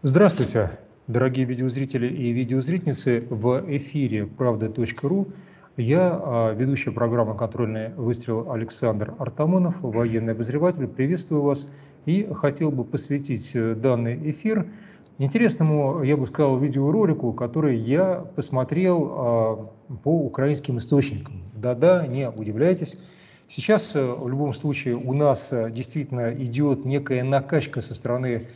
Здравствуйте, дорогие видеозрители и видеозрительницы. В эфире «Правда.ру». Я, ведущий программы «Контрольный выстрел» Александр Артамонов, военный обозреватель. Приветствую вас и хотел бы посвятить данный эфир интересному, я бы сказал, видеоролику, который я посмотрел по украинским источникам. Да-да, не удивляйтесь. Сейчас в любом случае у нас действительно идет некая накачка со стороны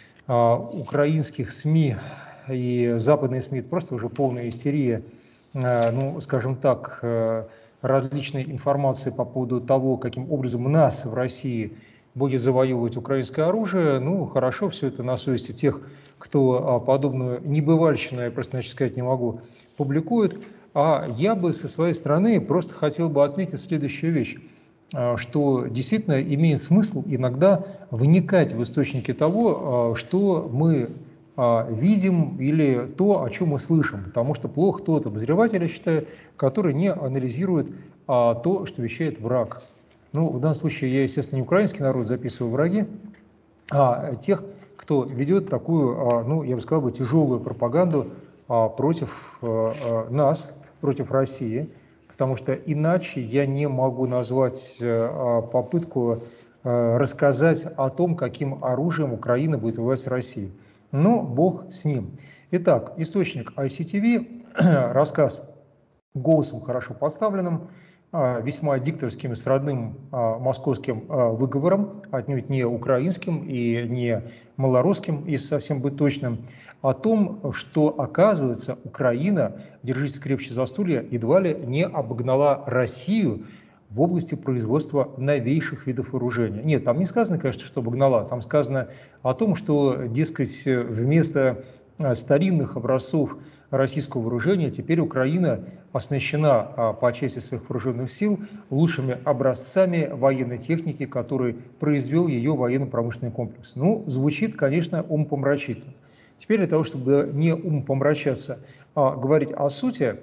украинских СМИ и западные СМИ, это просто уже полная истерия, ну, скажем так, различной информации по поводу того, каким образом у нас в России будет завоевывать украинское оружие. Ну, хорошо, все это на совести тех, кто подобную небывальщину, я просто иначе сказать не могу, публикует. А я бы со своей стороны просто хотел бы отметить следующую вещь, что действительно имеет смысл иногда вникать в источники того, что мы видим или то, о чем мы слышим. Потому что плохо тот обозреватель, я считаю, который не анализирует то, что вещает враг. Ну, в данном случае я, естественно, не украинский народ записываю враги, а тех, кто ведет такую, ну, я бы сказал, тяжелую пропаганду против нас, против России, потому что иначе я не могу назвать попытку рассказать о том, каким оружием Украина будет воевать с Россией. Но Бог с ним. Итак, источник ICTV, рассказ голосом хорошо поставленным, весьма дикторским, с родным московским выговором, отнюдь не украинским и не малорусским, если совсем быть точным, о том, что, оказывается, Украина, держитесь крепче за стулья, едва ли не обогнала Россию в области производства новейших видов вооружения. Нет, там не сказано, конечно, что обогнала, там сказано о том, что, дескать, вместо старинных образцов российского вооружения теперь Украина оснащена по части своих вооруженных сил лучшими образцами военной техники, которые произвел ее военно-промышленный комплекс. Ну, звучит, конечно, умопомрачительно. Теперь для того, чтобы не умопомрачаться, а говорить о сути,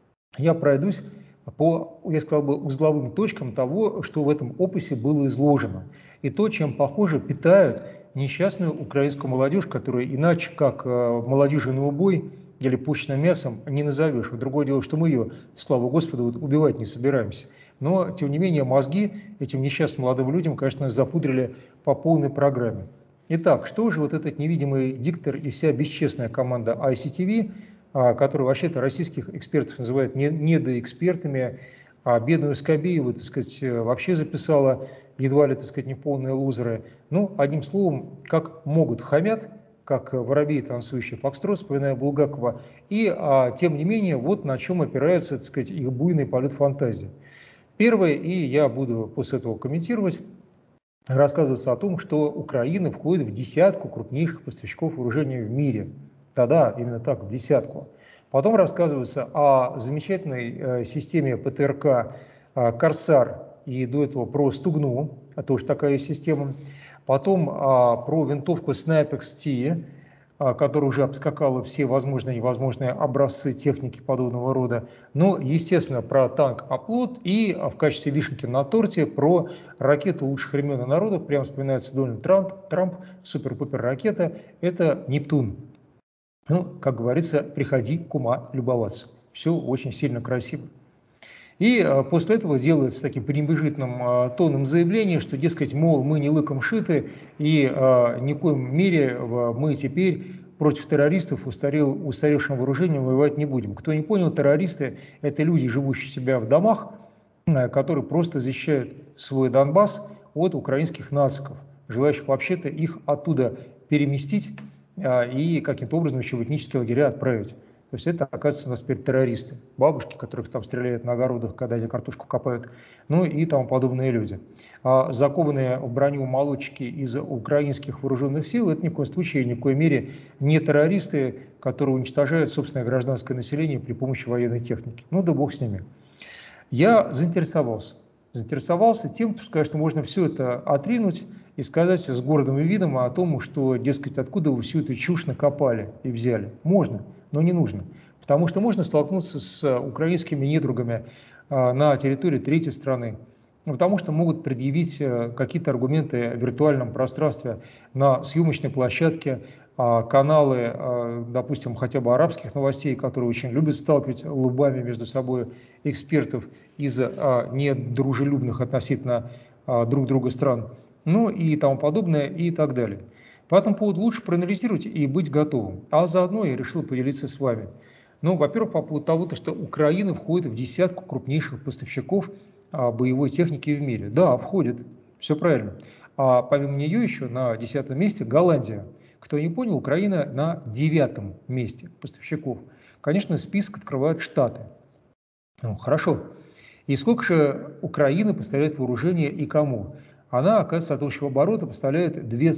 я пройдусь по, я сказал бы, узловым точкам того, что в этом опусе было изложено. И то, чем, похоже, питают несчастную украинскую молодежь, которую иначе как молодежный убой или пущенным мясом не назовешь. Другое дело, что мы ее, слава Господу, убивать не собираемся. Но, тем не менее, мозги этим несчастным молодым людям, конечно, запудрили по полной программе. Итак, что же вот этот невидимый диктор и вся бесчестная команда ICTV, которую вообще-то российских экспертов называют недоэкспертами, а бедную Скобееву, так сказать, вообще записала едва ли, так сказать, неполные лузеры. Ну, одним словом, как могут хамят, как воробей, танцующий фокстрот, вспоминая Булгакова, и, тем не менее, вот на чем опирается, так сказать, их буйный полет фантазии. Первое, и я буду после этого комментировать, рассказывается о том, что Украина входит в десятку крупнейших поставщиков вооружения в мире. Да-да, именно так, в десятку. Потом рассказывается о замечательной системе ПТРК «Корсар» и до этого про «Стугну», а тоже такая система. Потом про винтовку Snipex T, которая уже обскакала все возможные и невозможные образцы техники подобного рода. Ну, естественно, про танк «Оплот» и в качестве вишенки на торте про ракету лучших времен и народов. Прямо вспоминается Дональд Трамп, супер-пупер ракета. Это «Нептун». Ну, как говорится, приходи, кума, любоваться. Все очень сильно красиво. И после этого делается таким пренебрежительным тоном заявление, что, дескать, мол, мы не лыком шиты, и ни в коем мере мы теперь против террористов устаревшим вооружением воевать не будем. Кто не понял, террористы – это люди, живущие себя в домах, которые просто защищают свой Донбасс от украинских нациков, желающих вообще-то их оттуда переместить и каким-то образом еще в этнические лагеря отправить. То есть это, оказывается, у нас теперь террористы, бабушки, которых там стреляют на огородах, когда они картошку копают, ну и тому подобные люди. А закованные в броню молодчики из украинских вооруженных сил – это ни в коем случае, ни в коей мере не террористы, которые уничтожают собственное гражданское население при помощи военной техники. Ну да бог с ними. Я заинтересовался тем, что, конечно, можно все это отринуть и сказать с гордым видом о том, что, дескать, откуда вы всю эту чушь накопали и взяли. Можно, но не нужно. Потому что можно столкнуться с украинскими недругами на территории третьей страны, потому что могут предъявить какие-то аргументы в виртуальном пространстве на съемочной площадке, каналы, допустим, хотя бы арабских новостей, которые очень любят сталкивать лбами между собой экспертов из недружелюбных относительно друг друга стран, ну и тому подобное, и так далее. По этому поводу лучше проанализировать и быть готовым. А заодно я решил поделиться с вами. Ну, во-первых, по поводу того, что Украина входит в десятку крупнейших поставщиков боевой техники в мире. Да, входит, все правильно. А помимо нее еще на 10-м месте Голландия. Кто не понял, Украина на 9-м месте поставщиков. Конечно, список открывают Штаты. Ну, хорошо. И сколько же Украина поставляет вооружение и кому? Она, оказывается, от общего оборота поставляет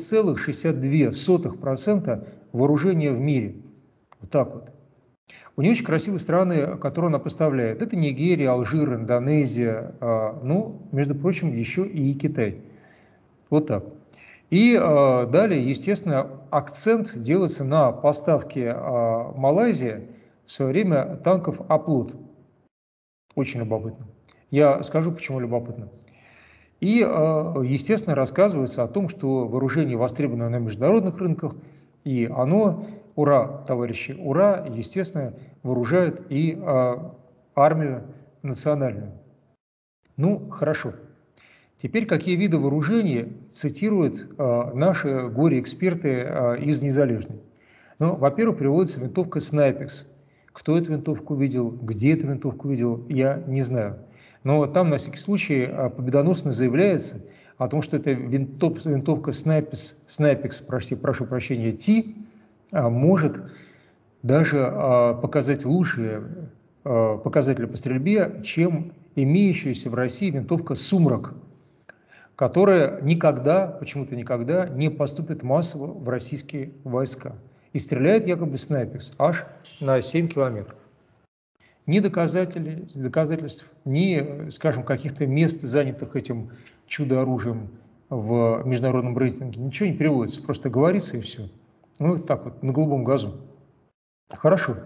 2,62% вооружения в мире. Вот так вот. У нее очень красивые страны, которые она поставляет. Это Нигерия, Алжир, Индонезия, ну, между прочим, еще и Китай. Вот так. И далее, естественно, акцент делается на поставке Малайзии в свое время танков «Аплот». Очень любопытно. Я скажу, почему любопытно. И, естественно, рассказывается о том, что вооружение востребовано на международных рынках, и оно, ура, товарищи, ура, естественно, вооружает и армию национальную. Ну, хорошо. Теперь какие виды вооружений цитируют наши горе-эксперты из «Незалежной». Ну, во-первых, приводится винтовка «Снайпекс». Кто эту винтовку видел, где эту винтовку видел, я не знаю. Но там, на всякий случай, победоносно заявляется о том, что эта винтовка «Снайпекс», прошу прощения, Ти, может даже показать лучшие показатели по стрельбе, чем имеющаяся в России винтовка «Сумрак», которая никогда, почему-то никогда не поступит массово в российские войска. И стреляет якобы «Снайпекс» аж на 7 километров. Ни доказательств, ни, скажем, каких-то мест, занятых этим чудо-оружием в международном рейтинге, ничего не приводится, просто говорится и все. Ну, так вот, на голубом газу. Хорошо.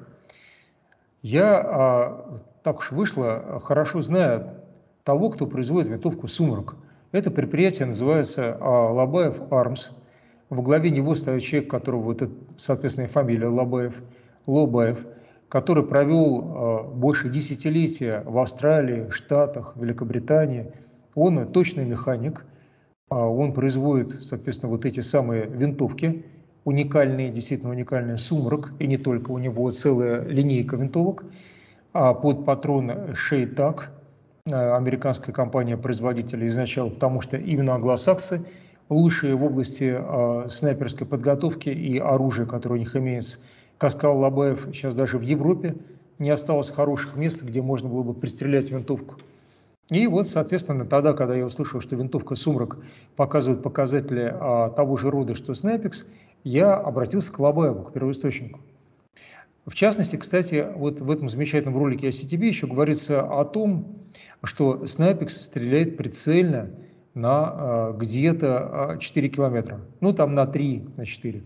Я, так уж вышло, хорошо знаю того, кто производит винтовку «Сумрак». Это предприятие называется Лобаев Армс. Во главе него стоит человек, которого вот это, соответственно, фамилия Лобаев, который провел больше десятилетия в Австралии, Штатах, Великобритании. Он точный механик, он производит, соответственно, вот эти самые винтовки, уникальные, действительно уникальный «Сумрак», и не только, у него целая линейка винтовок, под патрон Шейтак, американская компания-производитель изначально, потому что именно англосаксы лучшие в области снайперской подготовки и оружия, которое у них имеется. Как сказал Лобаев, сейчас даже в Европе не осталось хороших мест, где можно было бы пристрелять винтовку. И вот, соответственно, тогда, когда я услышал, что винтовка «Сумрак» показывает показатели того же рода, что «Снайпекс», я обратился к Лобаеву, к первоисточнику. В частности, кстати, вот в этом замечательном ролике о CTB еще говорится о том, что «Снайпекс» стреляет прицельно на где-то 4 километра, ну там на 3, на 4.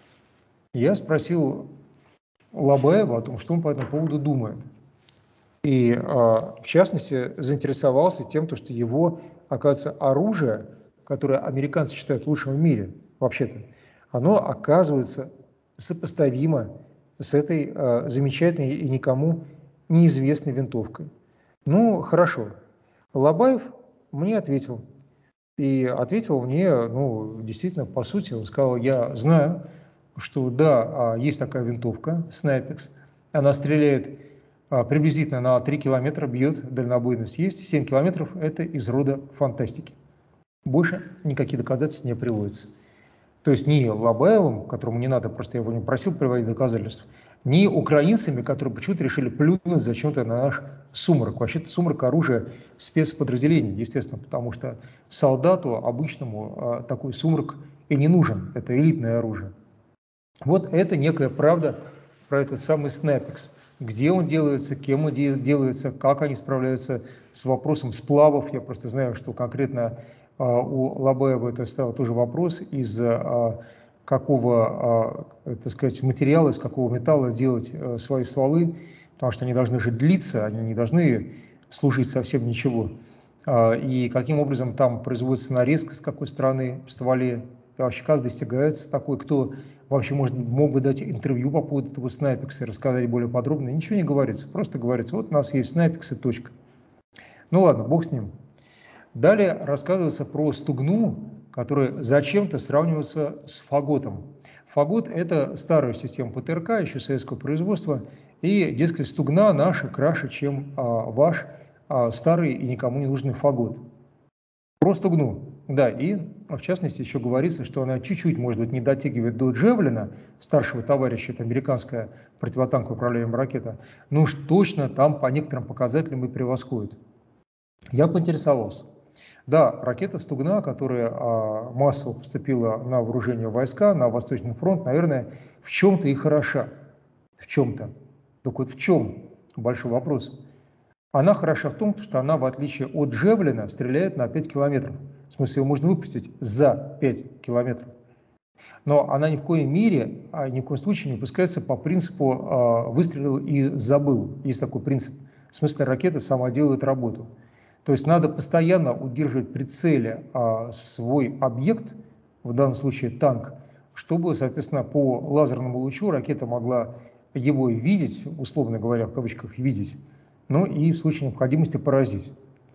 Я спросил Лобаева о том, что он по этому поводу думает. И, в частности, заинтересовался тем, что его, оказывается, оружие, которое американцы считают лучшим в мире, вообще-то, оно оказывается сопоставимо с этой замечательной и никому неизвестной винтовкой. Ну, хорошо. Лобаев мне ответил. И ответил мне, ну, действительно, по сути, он сказал, я знаю, что да, есть такая винтовка, «Снайпекс», она стреляет приблизительно на 3 километра, бьет, дальнобойность есть, 7 километров – это из рода фантастики. Больше никаких доказательств не приводится. То есть ни Лобаевым, которому не надо, просто я его не просил приводить доказательств, ни украинцами, которые почему-то решили плюнуть зачем-то на наш «Сумрак». Вообще-то «Сумрак» – оружие спецподразделений, естественно, потому что солдату обычному такой «Сумрак» и не нужен. Это элитное оружие. Вот это некая правда про этот самый «Снайпекс». Где он делается, кем он делается, как они справляются с вопросом сплавов. Я просто знаю, что конкретно у Лобаева это стал тоже вопрос, из какого, так сказать, материала, из какого металла делать свои стволы, потому что они должны же длиться, они не должны служить совсем ничего. И каким образом там производится нарезка, с какой стороны в стволе, и вообще как достигается такой, кто вообще мог бы дать интервью по поводу этого Снайпекса, рассказать более подробно. Ничего не говорится, просто говорится, вот у нас есть Снайпекс и точка. Ну ладно, бог с ним. Далее рассказывается про Стугну, которая зачем-то сравнивается с Фаготом. Фагот – это старая система ПТРК, еще советского производства, и, дескать, Стугна наша краше, чем ваш старый и никому не нужный Фагот. Про Стугну, да, и в частности еще говорится, что она чуть-чуть, может быть, не дотягивает до Джевелина, старшего товарища, это американская противотанковая управляемая ракета, но уж точно там по некоторым показателям и превосходит. Я поинтересовался. Да, ракета «Стугна», которая массово поступила на вооружение войска, на Восточный фронт, наверное, в чем-то и хороша. В чем-то. Так вот в чем? Большой вопрос. Она хороша в том, что она, в отличие от Джевелина, стреляет на 5 километров. В смысле, его можно выпустить за 5 километров. Но она ни в коей мере, ни в коем случае не выпускается по принципу «выстрелил и забыл». Есть такой принцип. В смысле, ракета сама делает работу. То есть надо постоянно удерживать прицеле свой объект, в данном случае танк, чтобы, соответственно, по лазерному лучу ракета могла его видеть, условно говоря, в кавычках «видеть», ну и в случае необходимости поразить.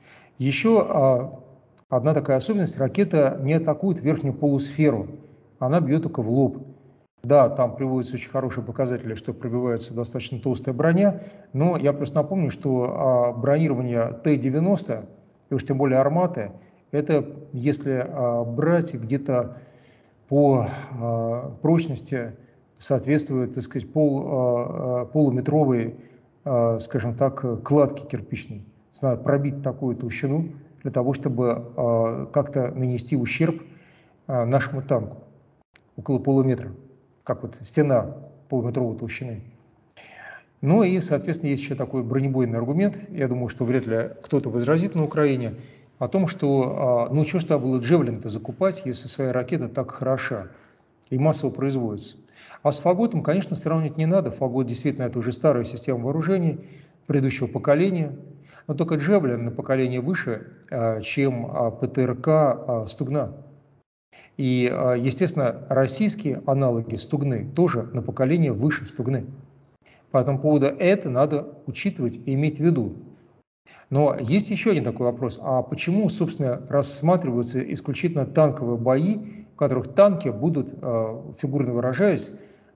Еще одна такая особенность – ракета не атакует верхнюю полусферу, она бьет только в лоб. Да, там приводятся очень хорошие показатели, что пробивается достаточно толстая броня, но я просто напомню, что бронирование Т-90, и уж тем более «Арматы», это если брать где-то по прочности соответствует, так сказать, полуметровой, скажем так, кладке кирпичной. Надо пробить такую толщину для того, чтобы как-то нанести ущерб нашему танку, около полуметра, как вот стена полуметровой толщины. Ну и, соответственно, есть еще такой бронебойный аргумент, я думаю, что вряд ли кто-то возразит на Украине, о том, что, ну, что ж тогда было Джевелин-то закупать, если своя ракета так хороша и массово производится. А с Фаготом, конечно, сравнивать не надо. Фагот действительно это уже старая система вооружений предыдущего поколения, но только Джевелин на поколение выше, чем ПТРК Стугна. И, естественно, российские аналоги Стугны тоже на поколение выше Стугны. По этому поводу это надо учитывать и иметь в виду. Но есть еще один такой вопрос. А почему, собственно, рассматриваются исключительно танковые бои, в которых танки будут, фигурально выражаясь,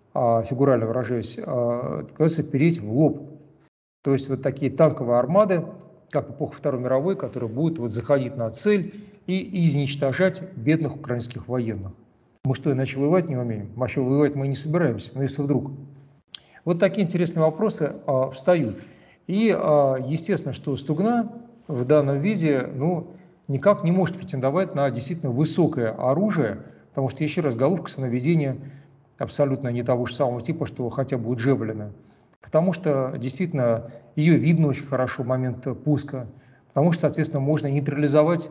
кажется, переть в лоб? То есть вот такие танковые армады, как в эпоху Второй мировой, которые будут вот заходить на цель и изничтожать бедных украинских военных. Мы что, иначе воевать не умеем? Вообще воевать мы не собираемся, но если вдруг. Вот такие интересные вопросы встают. И естественно, что Стугна в данном виде никак не может претендовать на действительно высокое оружие, потому что, еще раз, головка наведения абсолютно не того же самого типа, что хотя бы у Джевелина. Потому что действительно ее видно очень хорошо в момент пуска, потому что, соответственно, можно нейтрализовать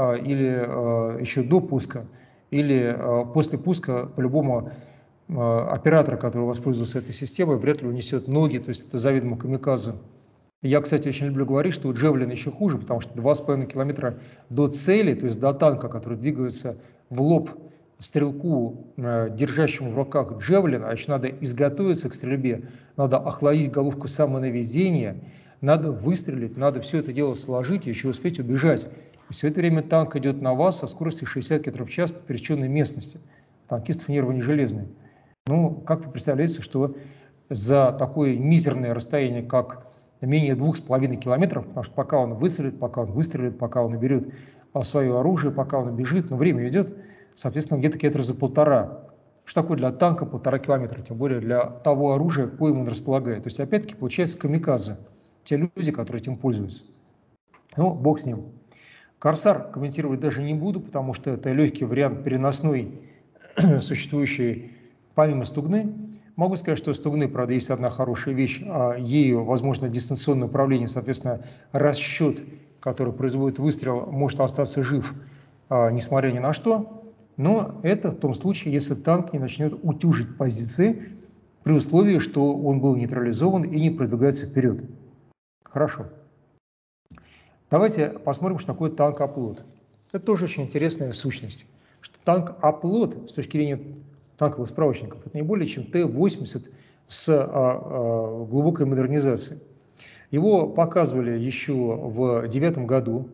или еще до пуска, или после пуска по-любому оператор, который воспользуется этой системой, вряд ли унесет ноги, то есть это заведомо камикадзе. Я, кстати, очень люблю говорить, что у Джевелина еще хуже, потому что 2,5 километра до цели, то есть до танка, который двигается в лоб стрелку, держащему в руках Джевелина, а еще надо изготовиться к стрельбе, надо охладить головку самонаведения, надо выстрелить, надо все это дело сложить и еще успеть убежать. И все это время танк идет на вас со скоростью 60 км в час по пересеченной местности. Танкистов нервы не железные. Ну, как-то представляется, что за такое мизерное расстояние, как менее 2,5 километров, потому что пока он выстрелит, пока он выстрелит, пока он уберет свое оружие, пока он убежит, но время идет, соответственно, где-то километра за полтора. Что такое для танка 1,5 километра, тем более для того оружия, коим он располагает. То есть, опять-таки, получается камикадзе, те люди, которые этим пользуются. Ну, бог с ним. Корсар комментировать даже не буду, потому что это легкий вариант переносной, существующий помимо Стугны. Могу сказать, что Стугны, правда, есть одна хорошая вещь, ею, возможно, дистанционное управление, соответственно, расчет, который производит выстрел, может остаться жив, несмотря ни на что. Но это в том случае, если танк не начнет утюжить позиции, при условии, что он был нейтрализован и не продвигается вперед. Хорошо. Давайте посмотрим, что такое танк-оплот. Это тоже очень интересная сущность. Что танк-оплот с точки зрения танковых справочников. Это не более чем Т-80 с глубокой модернизацией. Его показывали еще в 2009 году,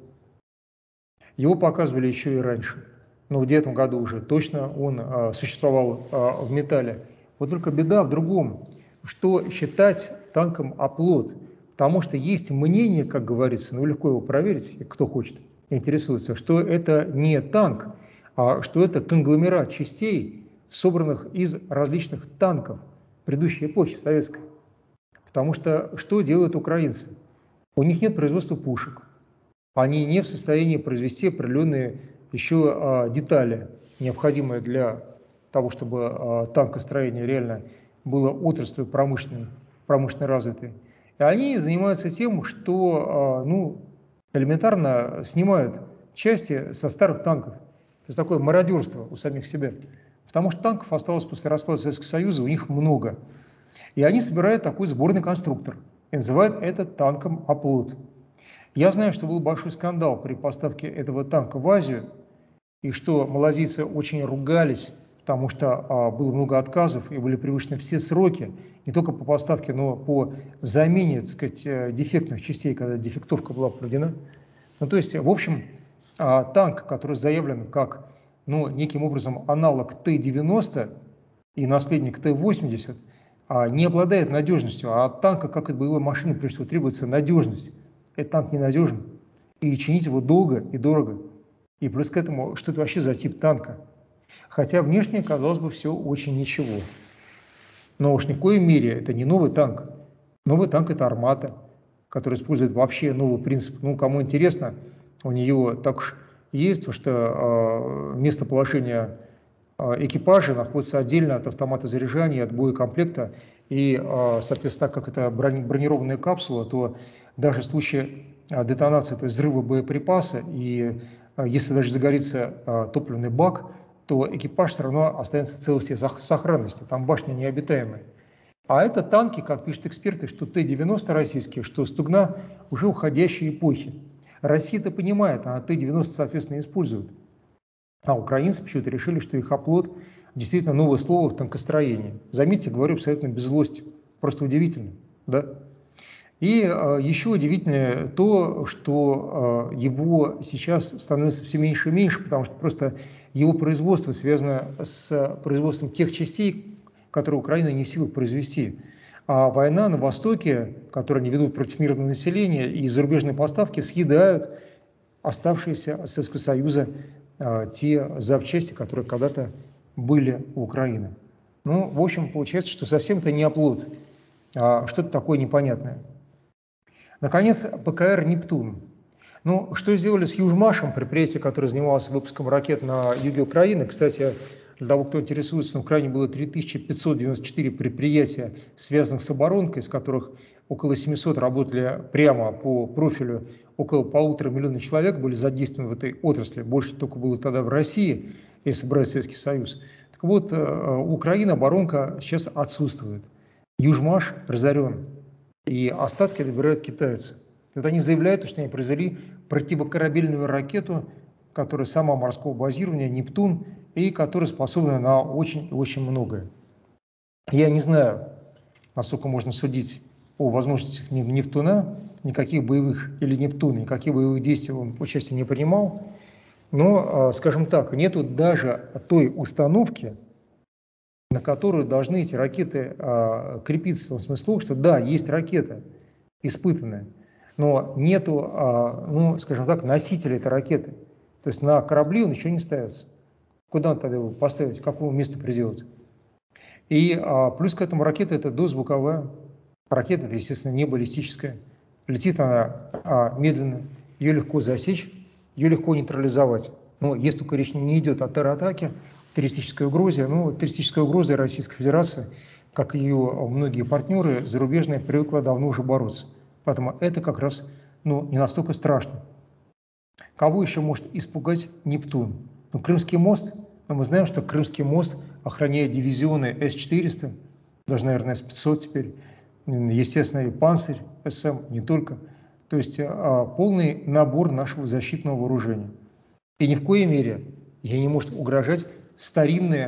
его показывали еще и раньше. Но в 2009 году уже точно он существовал в металле. Вот только беда в другом, что считать танком оплот, потому что есть мнение, как говорится, ну легко его проверить, кто хочет, интересуется, что это не танк, а что это конгломерат частей, собранных из различных танков предыдущей эпохи советской. Потому что что делают украинцы? У них нет производства пушек, они не в состоянии произвести определенные еще детали, необходимые для того, чтобы танкостроение реально было отраслью промышленно развитой. И они занимаются тем, что ну, элементарно снимают части со старых танков. То есть такое мародерство у самих себя. Потому что танков осталось после распада Советского Союза, у них много. И они собирают такой сборный конструктор и называют это танком «Оплот». Я знаю, что был большой скандал при поставке этого танка в Азию, и что малазийцы очень ругались, потому что было много отказов и были превышены все сроки, не только по поставке, но по замене, так сказать, дефектных частей, когда дефектовка была проведена. Ну, то есть, в общем, танк, который заявлен как ну, неким образом аналог Т-90 и наследник Т-80, не обладает надежностью, а от танка, как от боевой машины, прежде всего, требуется надежность. Этот танк ненадежен, и чинить его долго и дорого. И плюс к этому, что это вообще за тип танка? Хотя внешне, казалось бы, все очень ничего. Но уж ни в коей мере это не новый танк. Новый танк – это «Армата», который использует вообще новый принцип. Ну, кому интересно, у нее так уж есть, потому что местоположение экипажа находится отдельно от автомата заряжания, от боекомплекта. И, соответственно, так как это бронированная капсула, то даже в случае детонации, то есть взрыва боеприпаса, и если даже загорится топливный бак, то экипаж все равно останется в целости и сохранности, там башня необитаемая. А это танки, как пишут эксперты, что Т-90 российские, что Стугна, уже уходящей эпохи. Россия это понимает, а Т-90, соответственно, используют. А украинцы почему-то решили, что их оплот действительно новое слово в танкостроении. Заметьте, говорю абсолютно без злости. Просто удивительно, да? И еще удивительнее то, что его сейчас становится все меньше и меньше, потому что просто его производство связано с производством тех частей, которые Украина не в силах произвести. А война на Востоке, которую они ведут против мирного населения, и зарубежные поставки съедают оставшиеся от Советского Союза те запчасти, которые когда-то были у Украины. Ну, в общем, получается, что совсем это не оплот, а что-то такое непонятное. Наконец, ПКР «Нептун». Ну, что сделали с Южмашем, предприятие, которое занималось выпуском ракет на юге Украины. Кстати, для того, кто интересуется, на Украине было 3594 предприятия, связанных с оборонкой, из которых около 700 работали прямо по профилю, около 1,5 миллиона человек были задействованы в этой отрасли. Больше только было тогда в России, если брать Советский Союз. Так вот, Украина, оборонка сейчас отсутствует. Южмаш разорен. И остатки добирают китайцы. Вот они заявляют, что они произвели противокорабельную ракету, которая сама морского базирования, «Нептун», и которая способна на очень-очень многое. Я не знаю, насколько можно судить о возможностях «Нептуна», никаких боевых, или «Нептуна», никаких боевых действий он участия не принимал, но, скажем так, нету даже той установки, на которую должны эти ракеты крепиться, в том смысле, что да, есть ракета испытанная, но нету, ну, скажем так, носителя этой ракеты. То есть на корабли он еще не ставится. Куда он тогда его поставить, к какому месту приделать? И плюс к этому ракета – это дозвуковая. Ракета – это, естественно, не баллистическая. Летит она медленно, ее легко засечь, ее легко нейтрализовать. Но если только речь не идет о терроатаке, террористической угрозе, ну, террористической угрозой Российской Федерации, как ее многие партнеры зарубежные, привыкла давно уже бороться. Поэтому это как раз ну, не настолько страшно. Кого еще может испугать «Нептун»? Ну, Крымский мост, но мы знаем, что Крымский мост охраняет дивизионы С-400, даже, наверное, С-500 теперь, естественно, и «Панцирь», СМ, не только. То есть полный набор нашего защитного вооружения. И ни в коей мере ей не может угрожать старинная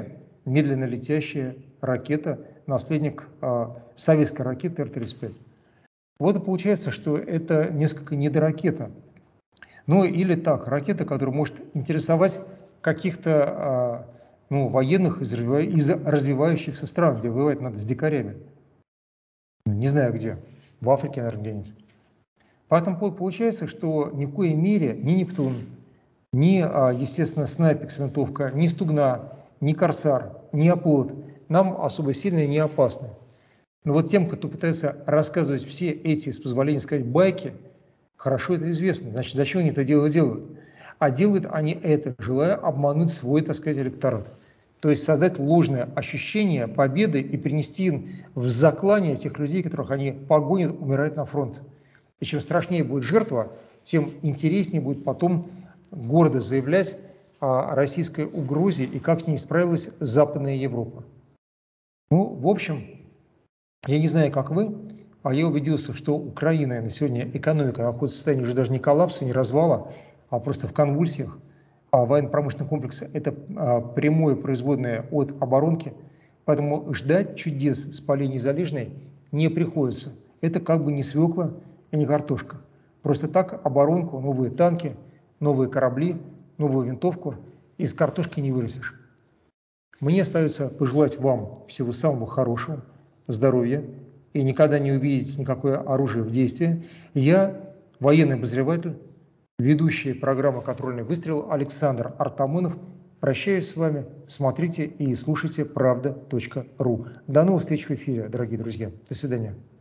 медленно летящая ракета, наследник советской ракеты Р-35. Вот и получается, что это несколько недоракета. Ну или так, ракета, которая может интересовать каких-то военных из развивающихся стран, где воевать надо с дикарями. Не знаю где, в Африке, наверное, где-нибудь. Поэтому получается, что ни в коей мере ни Нептун, ни, естественно, снайперская винтовка, ни Стугна, ни Корсар, ни Оплот нам особо сильно не опасны. Но вот тем, кто пытается рассказывать все эти, с позволения сказать, байки, хорошо это известно. Значит, зачем они это делают? А делают они это, желая обмануть свой, так сказать, электорат. То есть создать ложное ощущение победы и принести им в заклание тех людей, которых они погонят умирать на фронт. И чем страшнее будет жертва, тем интереснее будет потом гордо заявлять о российской угрозе и как с ней справилась Западная Европа. Ну, в общем, я не знаю, как вы, а я убедился, что Украина на сегодня экономика находится в состоянии уже даже не коллапса, не развала, а просто в конвульсиях. А военно-промышленный комплекс – это прямое производное от оборонки, поэтому ждать чудес с Полиной Залежной не приходится. Это как бы не свекла и не картошка. Просто так оборонку, новые танки, новые корабли, новую винтовку из картошки не вырастешь. Мне остается пожелать вам всего самого хорошего, здоровья и никогда не увидеть никакое оружие в действии. Я, военный обозреватель, ведущий программы «Контрольный выстрел» Александр Артамонов. Прощаюсь с вами. Смотрите и слушайте правда.ру. До новых встреч в эфире, дорогие друзья. До свидания.